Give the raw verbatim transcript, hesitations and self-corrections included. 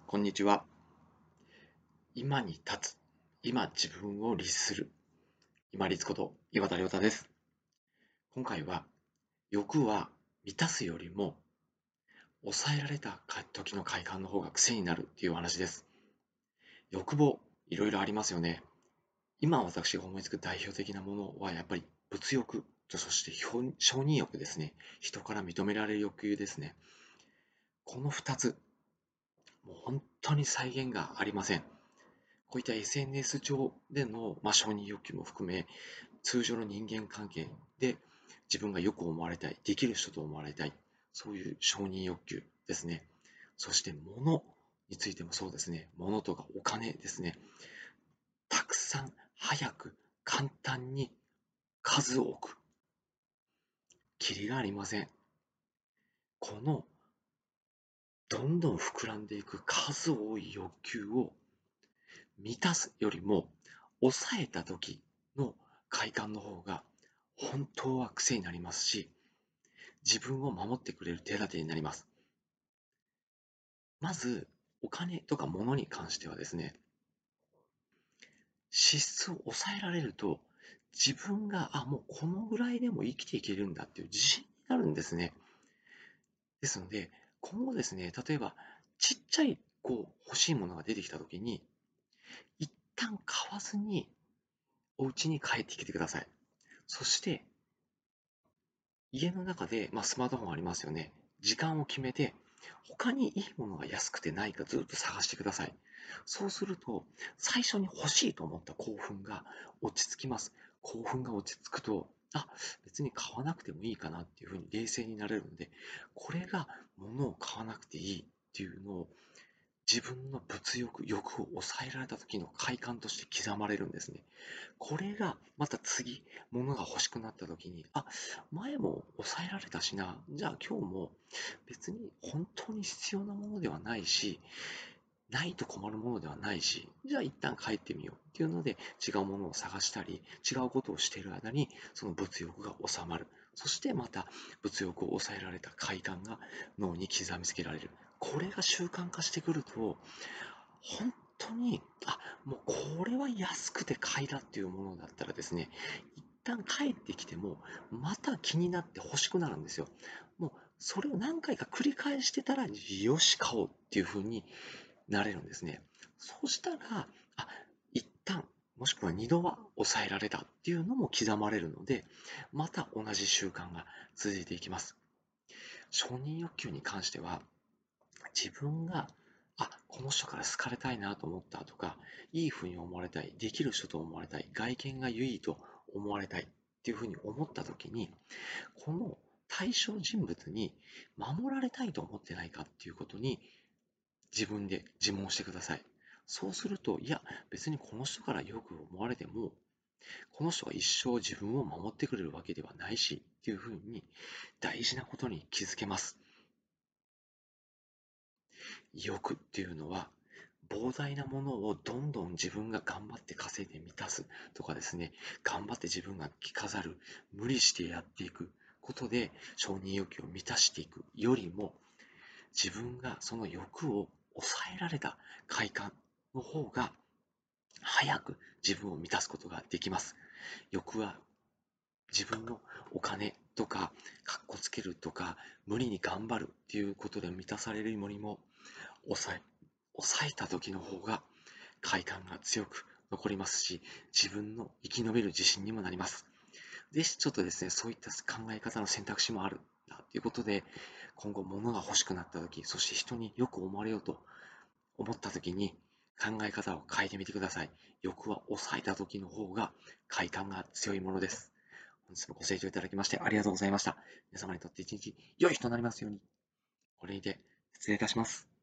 こんにちは。今に立つ。今自分を律する。今律こと岩田亮太です。今回は、欲は満たすよりも抑えられた時の快感の方が癖になるっていう話です。欲望、いろいろありますよね。今私が思いつく代表的なものはやっぱり物欲と、そして承認欲ですね。人から認められる欲求ですね。このふたつ、もう本当に再現がありません。こういった エスエヌエス 上での、まあ、承認欲求も含め、通常の人間関係で自分がよく思われたい、できる人と思われたい、そういう承認欲求ですね。そして物についてもそうですね。物とかお金ですね。たくさん、早く、簡単に数多く、キリがありません。このどんどん膨らんでいく数多い欲求を満たすよりも、抑えた時の快感の方が本当は癖になりますし、自分を守ってくれる手立てになります。まず、お金とか物に関してはですね、支出を抑えられると、自分が、あ、もうこのぐらいでも生きていけるんだっていう自信になるんですね。ですので、今後ですね、例えば、ちっちゃいこう欲しいものが出てきたときに、一旦買わずにお家に帰ってきてください。そして、家の中で、まあ、スマートフォンありますよね。時間を決めて、他にいいものが安くてないかずっと探してください。そうすると、最初に欲しいと思った興奮が落ち着きます。興奮が落ち着くと、あ、別に買わなくてもいいかなっていうふうに冷静になれるので、これが物を買わなくていいっていうのを自分の物欲、欲を抑えられた時の快感として刻まれるんですね。これがまた次、物が欲しくなった時に、あ、前も抑えられたしな、じゃあ今日も別に本当に必要なものではないし、ないと困るものではないし、じゃあ一旦帰ってみようっていうので違うものを探したり、違うことをしている間にその物欲が収まる。そしてまた物欲を抑えられた快感が脳に刻みつけられる。これが習慣化してくると、本当に、あ、もうこれは安くて買いだっていうものだったらですね、一旦帰ってきても、また気になって欲しくなるんですよ。もうそれを何回か繰り返してたら、よし、買おうっていう風になれるんですね。そうしたら、あ、一旦、もしくは二度は抑えられたっていうのも刻まれるので、また同じ習慣が続いていきます。承認欲求に関しては、自分が、あ、この人から好かれたいなと思ったとか、いい風に思われたい、できる人と思われたい、外見が優位と思われたいっていう風に思った時に、この対象人物に守られたいと思ってないかっていうことに自分で自問してください。そうすると、いや、別にこの人からよく思われても、この人が一生自分を守ってくれるわけではないし、っていうふうに大事なことに気づけます。欲っていうのは、膨大なものをどんどん自分が頑張って稼いで満たすとかですね、頑張って自分が着飾る、無理してやっていくことで承認欲求を満たしていくよりも、自分がその欲を抑えられた快感の方が早く自分を満たすことができます。欲は自分のお金とか、かっこつけるとか、無理に頑張るっていうことで満たされるよりも、抑え、抑えた時の方が快感が強く残りますし、自分の生き延びる自信にもなります。ぜひちょっとですね、そういった考え方の選択肢もあるんだということで、今後物が欲しくなった時、そして人によく思われようと思った時に考え方を変えてみてください。欲は抑えた時の方が快感が強いものです。本日もご清聴いただきましてありがとうございました。皆様にとって一日良い日となりますように。これにて失礼いたします。